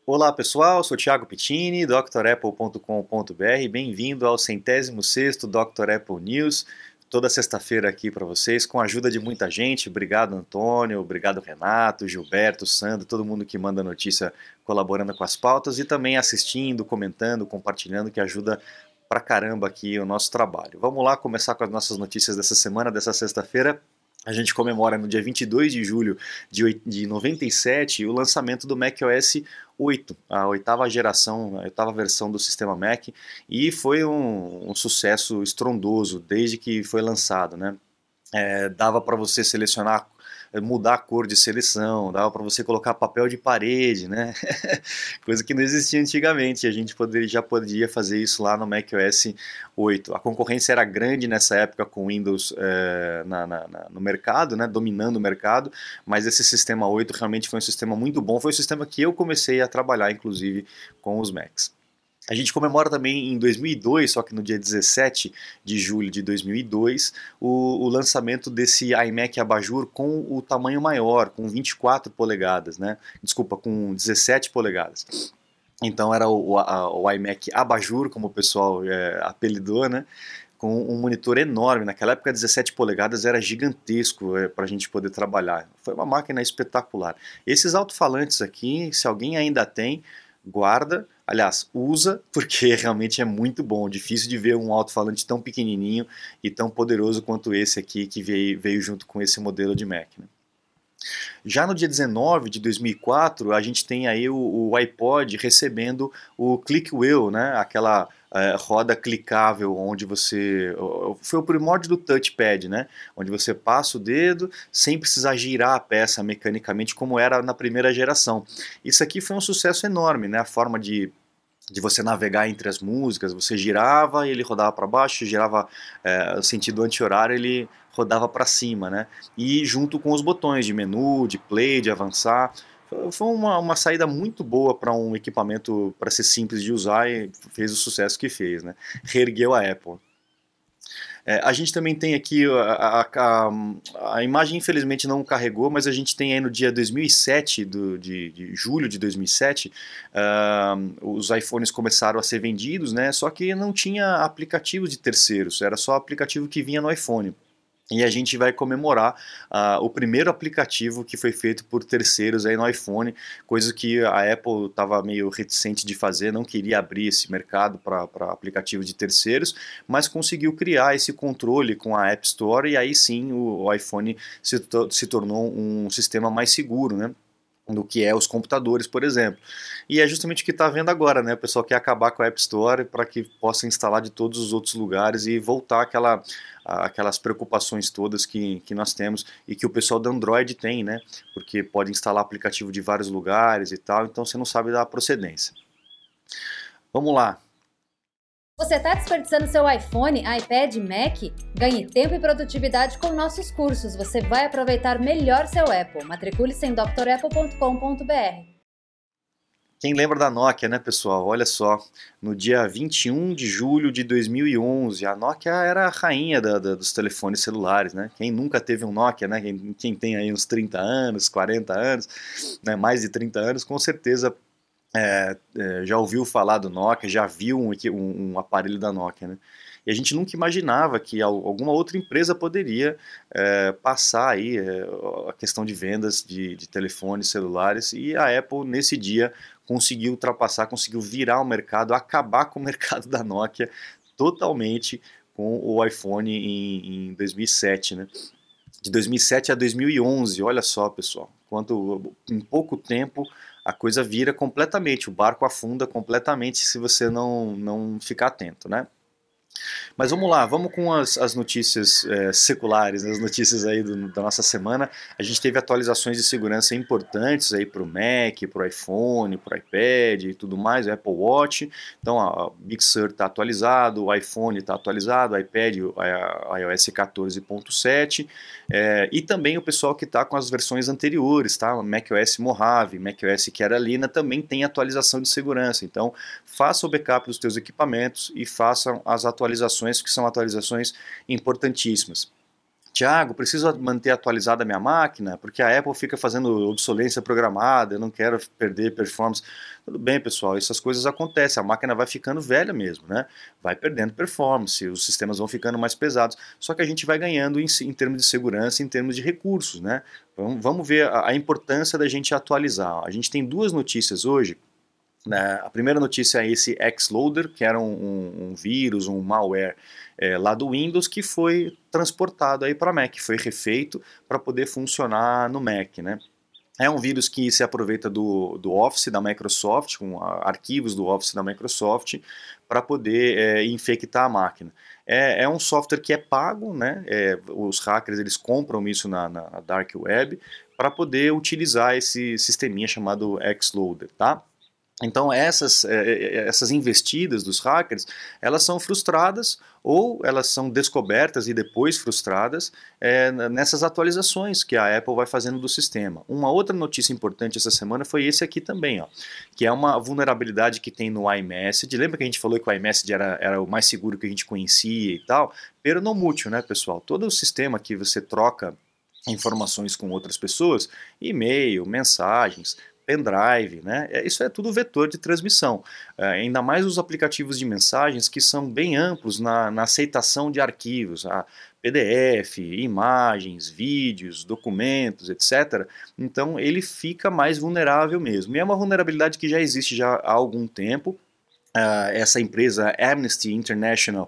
Olá pessoal, sou Thiago Pittini, drapple.com.br. Bem-vindo ao 106º Dr. Apple News. Toda sexta-feira aqui para vocês, com a ajuda de muita gente. Obrigado, Antônio, obrigado, Renato, Gilberto, Sandro, todo mundo que manda notícia colaborando com as pautas e também assistindo, comentando, compartilhando, que ajuda pra caramba aqui o nosso trabalho. Vamos lá começar com as nossas notícias dessa semana, dessa sexta-feira. A gente comemora no dia 22 de julho de 97 o lançamento do macOS 8, a oitava geração, a oitava versão do sistema Mac, e foi um sucesso estrondoso desde que foi lançado, né? Dava para você selecionar, mudar a cor de seleção, dava para você colocar papel de parede, né? Coisa que não existia antigamente, a gente já podia fazer isso lá no macOS 8. A concorrência era grande nessa época com Windows no mercado, né? Dominando o mercado, mas esse sistema 8 realmente foi um sistema muito bom, foi o sistema que eu comecei a trabalhar, inclusive, com os Macs. A gente comemora também em 2002, só que no dia 17 de julho de 2002, o lançamento desse iMac Abajur com o tamanho maior, com 24 polegadas, né? Desculpa, com 17 polegadas. Então era o iMac Abajur, como o pessoal apelidou, né? Com um monitor enorme. Naquela época, 17 polegadas era gigantesco para a gente poder trabalhar. Foi uma máquina espetacular. Esses alto-falantes aqui, se alguém ainda tem, guarda, aliás, usa, porque realmente é muito bom. Difícil de ver um alto-falante tão pequenininho e tão poderoso quanto esse aqui que veio junto com esse modelo de Mac, né? Já no dia 19 de 2004, a gente tem aí o iPod recebendo o Click Wheel, né? Aquela roda clicável onde você... Foi o primórdio do touchpad, né? Onde você passa o dedo sem precisar girar a peça mecanicamente como era na primeira geração. Isso aqui foi um sucesso enorme, né? A forma de você navegar entre as músicas, você girava e ele rodava para baixo, girava no sentido anti-horário, ele rodava para cima, né? E junto com os botões de menu, de play, de avançar. Foi uma saída muito boa para um equipamento para ser simples de usar e fez o sucesso que fez, né? Reergueu a Apple. A gente também tem aqui a imagem, infelizmente não carregou, mas a gente tem aí no dia 2007, de julho de 2007, os iPhones começaram a ser vendidos, né? Só que não tinha aplicativos de terceiros, era só aplicativo que vinha no iPhone. E a gente vai comemorar o primeiro aplicativo que foi feito por terceiros aí no iPhone, coisa que a Apple estava meio reticente de fazer, não queria abrir esse mercado para aplicativos de terceiros, mas conseguiu criar esse controle com a App Store e aí sim o iPhone se tornou um sistema mais seguro, né? Do que é os computadores, por exemplo. E é justamente o que está vendo agora, né? O pessoal quer acabar com a App Store para que possa instalar de todos os outros lugares e voltar aquelas preocupações todas que nós temos e que o pessoal do Android tem, né? Porque pode instalar aplicativo de vários lugares e tal, então você não sabe da procedência. Vamos lá. Você está desperdiçando seu iPhone, iPad, Mac? Ganhe tempo e produtividade com nossos cursos. Você vai aproveitar melhor seu Apple. Matricule-se em drapple.com.br. Quem lembra da Nokia, né, pessoal? Olha só, no dia 21 de julho de 2011, a Nokia era a rainha dos telefones celulares, né? Quem nunca teve um Nokia, né? Quem tem aí uns 30 anos, 40 anos, né, mais de 30 anos, com certeza já ouviu falar do Nokia, já viu um aparelho da Nokia, né? E a gente nunca imaginava que alguma outra empresa poderia passar aí a questão de vendas de telefones celulares, e a Apple nesse dia conseguiu ultrapassar, conseguiu virar o mercado, acabar com o mercado da Nokia totalmente com o iPhone em 2007, né? De 2007 a 2011, olha só, pessoal, em pouco tempo a coisa vira completamente, o barco afunda completamente se você não ficar atento, né? Mas vamos lá, vamos com as notícias seculares, as notícias aí da nossa semana. A gente teve atualizações de segurança importantes aí para o Mac, para o iPhone, para o iPad e tudo mais, o Apple Watch. Então a Big Sur está atualizado, o iPhone está atualizado, o iPad, a iOS 14.7 e também o pessoal que está com as versões anteriores, tá? macOS Mojave, macOS Carolina também tem atualização de segurança. Então faça o backup dos teus equipamentos e façam as atualizações, que são atualizações importantíssimas. Tiago, preciso manter atualizada a minha máquina, porque a Apple fica fazendo obsolescência programada, eu não quero perder performance. Tudo bem, pessoal, essas coisas acontecem, a máquina vai ficando velha mesmo, né? Vai perdendo performance, os sistemas vão ficando mais pesados, só que a gente vai ganhando em termos de segurança, em termos de recursos, né? Vamos ver a importância da gente atualizar. A gente tem duas notícias hoje. A primeira notícia é esse Xloader, que era um vírus, um malware lá do Windows, que foi transportado aí para Mac, foi refeito para poder funcionar no Mac, né? É um vírus que se aproveita do Office da Microsoft, com arquivos do Office da Microsoft, para poder infectar a máquina. É um software que é pago, né? Os hackers eles compram isso na Dark Web para poder utilizar esse sisteminha chamado Xloader, tá? Então essas investidas dos hackers, elas são frustradas ou elas são descobertas e depois frustradas nessas atualizações que a Apple vai fazendo do sistema. Uma outra notícia importante essa semana foi esse aqui também, ó, que é uma vulnerabilidade que tem no iMessage. Lembra que a gente falou que o iMessage era o mais seguro que a gente conhecia e tal? Pero no mútil, né, pessoal? Todo o sistema que você troca informações com outras pessoas, e-mail, mensagens, pendrive, né? Isso é tudo vetor de transmissão. Ainda mais os aplicativos de mensagens que são bem amplos na aceitação de arquivos, PDF, imagens, vídeos, documentos, etc. Então ele fica mais vulnerável mesmo. E é uma vulnerabilidade que já existe já há algum tempo. Essa empresa Amnesty International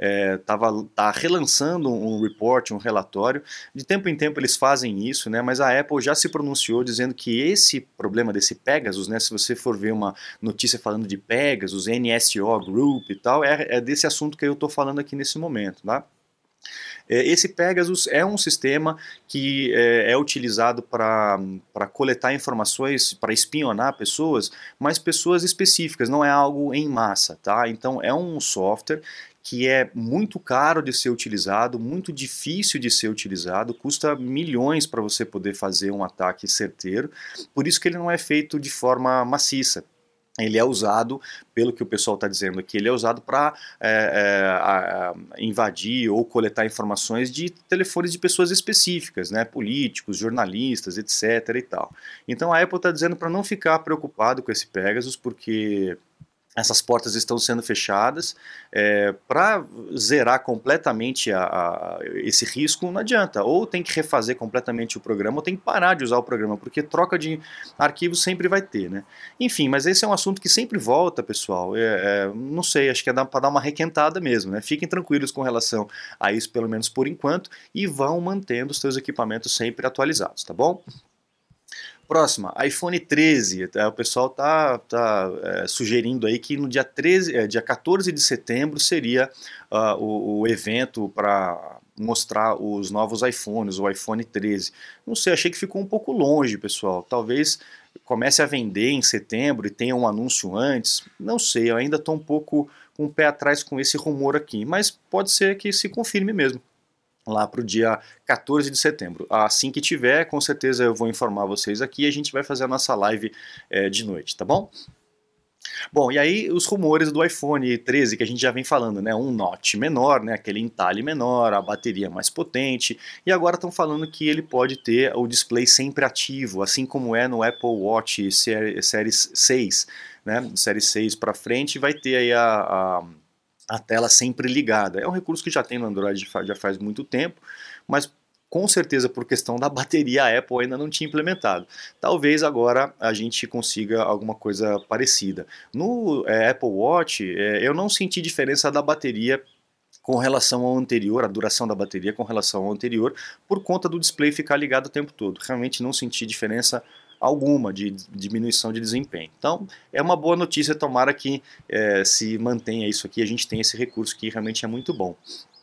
tá relançando um report, um relatório. De tempo em tempo eles fazem isso, né? Mas a Apple já se pronunciou dizendo que esse problema desse Pegasus, né? Se você for ver uma notícia falando de Pegasus, NSO Group e tal, é desse assunto que eu estou falando aqui nesse momento, tá? Esse Pegasus é um sistema que é utilizado para coletar informações, para espionar pessoas, mas pessoas específicas, não é algo em massa, tá? Então é um software que é muito caro de ser utilizado, muito difícil de ser utilizado, custa milhões para você poder fazer um ataque certeiro, por isso que ele não é feito de forma maciça. Ele é usado, pelo que o pessoal está dizendo aqui, ele é usado para invadir ou coletar informações de telefones de pessoas específicas, né, políticos, jornalistas, etc. e tal. Então a Apple está dizendo para não ficar preocupado com esse Pegasus, porque essas portas estão sendo fechadas. Para zerar completamente esse risco não adianta, ou tem que refazer completamente o programa ou tem que parar de usar o programa, porque troca de arquivos sempre vai ter, né? Enfim, mas esse é um assunto que sempre volta, pessoal. Não sei, acho que é para dar uma requentada mesmo, né? Fiquem tranquilos com relação a isso, pelo menos por enquanto, e vão mantendo os seus equipamentos sempre atualizados, tá bom? Próxima, iPhone 13, o pessoal tá sugerindo aí que no dia 14 de setembro seria o evento para mostrar os novos iPhones, o iPhone 13. Não sei, achei que ficou um pouco longe, pessoal. Talvez comece a vender em setembro e tenha um anúncio antes. Não sei, eu ainda estou um pouco com o pé atrás com esse rumor aqui, mas pode ser que se confirme mesmo lá para o dia 14 de setembro. Assim que tiver, com certeza eu vou informar vocês aqui e a gente vai fazer a nossa live de noite, tá bom? Bom, e aí os rumores do iPhone 13 que a gente já vem falando, né? Um notch menor, né? Aquele entalhe menor, a bateria mais potente, e agora estão falando que ele pode ter o display sempre ativo, assim como é no Apple Watch Series 6, né? Série 6 para frente vai ter aí a tela sempre ligada. É um recurso que já tem no Android já faz muito tempo, mas com certeza por questão da bateria a Apple ainda não tinha implementado. Talvez agora a gente consiga alguma coisa parecida. No Apple Watch eu não senti diferença da bateria com relação ao anterior, a duração da bateria com relação ao anterior, por conta do display ficar ligado o tempo todo. Realmente não senti diferença alguma de diminuição de desempenho. Então é uma boa notícia, tomara que se mantenha isso aqui, a gente tem esse recurso que realmente é muito bom.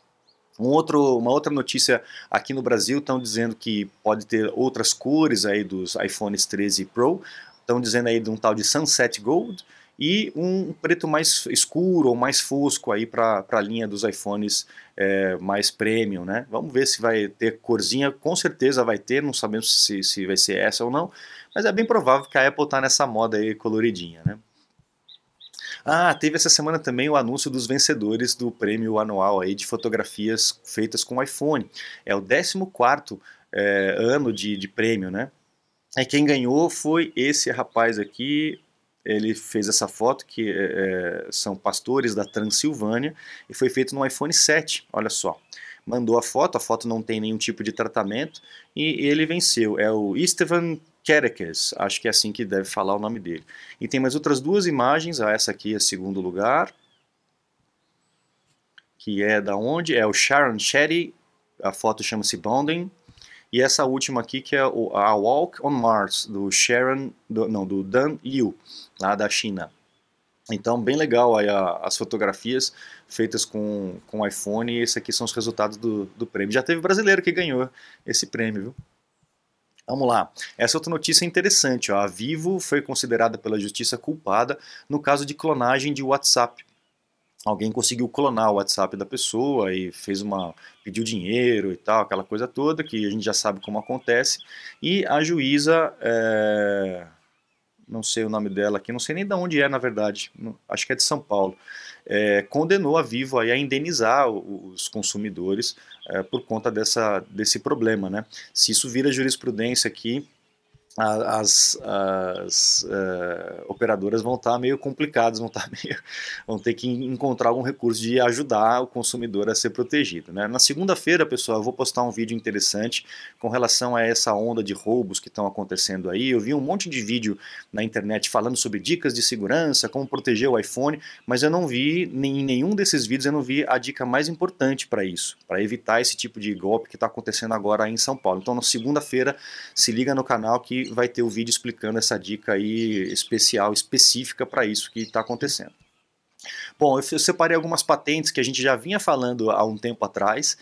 Uma outra notícia aqui no Brasil, estão dizendo que pode ter outras cores aí dos iPhones 13 Pro, estão dizendo aí de um tal de Sunset Gold e um preto mais escuro ou mais fosco aí para a linha dos iPhones mais premium, né? Vamos ver se vai ter corzinha, com certeza vai ter, não sabemos se vai ser essa ou não, mas é bem provável que a Apple está nessa moda aí coloridinha, né? Ah, teve essa semana também o anúncio dos vencedores do prêmio anual aí de fotografias feitas com iPhone. É o 14º ano de prêmio, né? E quem ganhou foi esse rapaz aqui. Ele fez essa foto, que são pastores da Transilvânia, e foi feito no iPhone 7, olha só. Mandou a foto não tem nenhum tipo de tratamento, e ele venceu. É o Istvan Kerekes, acho que é assim que deve falar o nome dele. E tem mais outras duas imagens, essa aqui é segundo lugar, que é da onde? É o Sharon Shetty, a foto chama-se Bonding. E essa última aqui que é a Walk on Mars, do do Dan Liu, lá da China. Então, bem legal aí as fotografias feitas com iPhone, e esses aqui são os resultados do prêmio. Já teve brasileiro que ganhou esse prêmio, viu? Vamos lá, essa outra notícia é interessante, ó. A Vivo foi considerada pela justiça culpada no caso de clonagem de WhatsApp. Alguém conseguiu clonar o WhatsApp da pessoa e pediu dinheiro e tal, aquela coisa toda, que a gente já sabe como acontece, e a juíza, não sei o nome dela aqui, não sei nem de onde é na verdade, acho que é de São Paulo, condenou a Vivo aí a indenizar os consumidores por conta desse problema, né? Se isso vira jurisprudência aqui, as operadoras vão estar meio complicadas, vão ter que encontrar algum recurso de ajudar o consumidor a ser protegido, né? Na segunda-feira, pessoal, eu vou postar um vídeo interessante com relação a essa onda de roubos que estão acontecendo aí. Eu vi um monte de vídeo na internet falando sobre dicas de segurança, como proteger o iPhone, mas eu não vi, em nenhum desses vídeos eu não vi a dica mais importante para isso, para evitar esse tipo de golpe que está acontecendo agora aí em São Paulo. Então, na segunda-feira, se liga no canal que vai ter o vídeo explicando essa dica aí específica para isso que está acontecendo. Bom, eu separei algumas patentes que a gente já vinha falando há um tempo atrás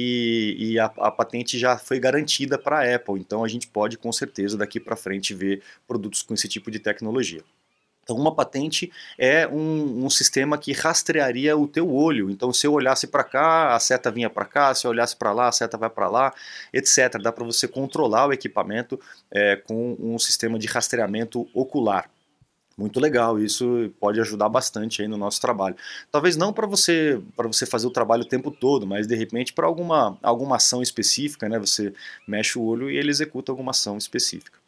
e a patente já foi garantida para a Apple, então a gente pode com certeza daqui para frente ver produtos com esse tipo de tecnologia. Então, uma patente é um sistema que rastrearia o teu olho. Então, se eu olhasse para cá, a seta vinha para cá, se eu olhasse para lá, a seta vai para lá, etc. Dá para você controlar o equipamento com um sistema de rastreamento ocular. Muito legal, isso pode ajudar bastante aí no nosso trabalho. Talvez não para você fazer o trabalho o tempo todo, mas de repente para alguma ação específica, né? Você mexe o olho e ele executa alguma ação específica.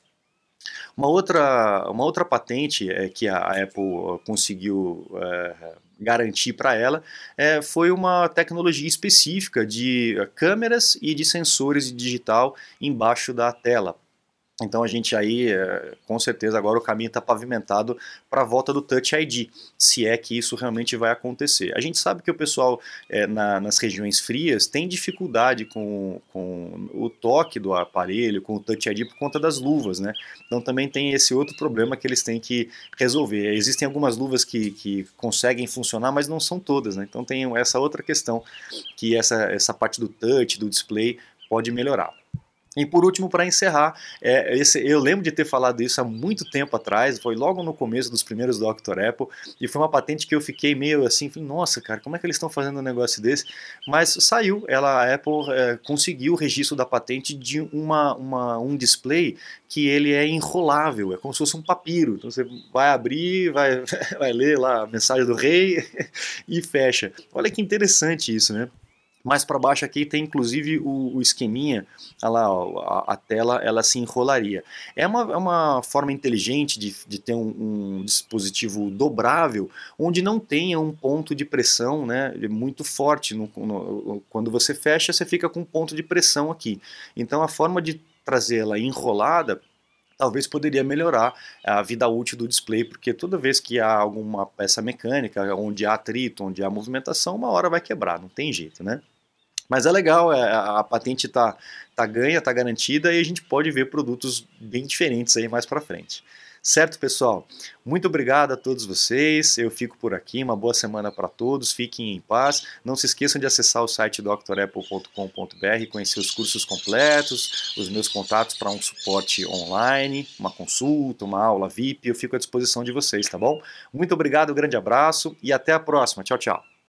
Uma outra patente que a Apple conseguiu garantir para ela foi uma tecnologia específica de câmeras e de sensores de digital embaixo da tela. Então a gente aí, com certeza, agora o caminho está pavimentado para a volta do Touch ID, se é que isso realmente vai acontecer. A gente sabe que o pessoal nas regiões frias tem dificuldade com o toque do aparelho, com o Touch ID por conta das luvas, né? Então também tem esse outro problema que eles têm que resolver. Existem algumas luvas que conseguem funcionar, mas não são todas, né? Então tem essa outra questão que essa parte do touch, do display, pode melhorar. E por último, para encerrar, eu lembro de ter falado isso há muito tempo atrás, foi logo no começo dos primeiros Dr. Apple, e foi uma patente que eu fiquei meio assim, nossa cara, como é que eles estão fazendo um negócio desse? Mas saiu, a Apple conseguiu o registro da patente de um display que ele é enrolável, é como se fosse um papiro, então você vai abrir, vai ler lá a mensagem do rei e fecha. Olha que interessante isso, né? Mais para baixo aqui tem inclusive o esqueminha, olha lá, ó, a tela ela se enrolaria. É uma forma inteligente de ter um dispositivo dobrável, onde não tenha um ponto de pressão, né, muito forte. Quando você fecha, você fica com um ponto de pressão aqui. Então a forma de trazê-la enrolada talvez poderia melhorar a vida útil do display, porque toda vez que há alguma peça mecânica, onde há atrito, onde há movimentação, uma hora vai quebrar, não tem jeito, né? Mas é legal, a patente tá ganha, tá garantida, e a gente pode ver produtos bem diferentes aí mais para frente. Certo, pessoal? Muito obrigado a todos vocês, eu fico por aqui, uma boa semana para todos, fiquem em paz, não se esqueçam de acessar o site drapple.com.br, conhecer os cursos completos, os meus contatos para um suporte online, uma consulta, uma aula VIP, eu fico à disposição de vocês, tá bom? Muito obrigado, um grande abraço e até a próxima, tchau, tchau!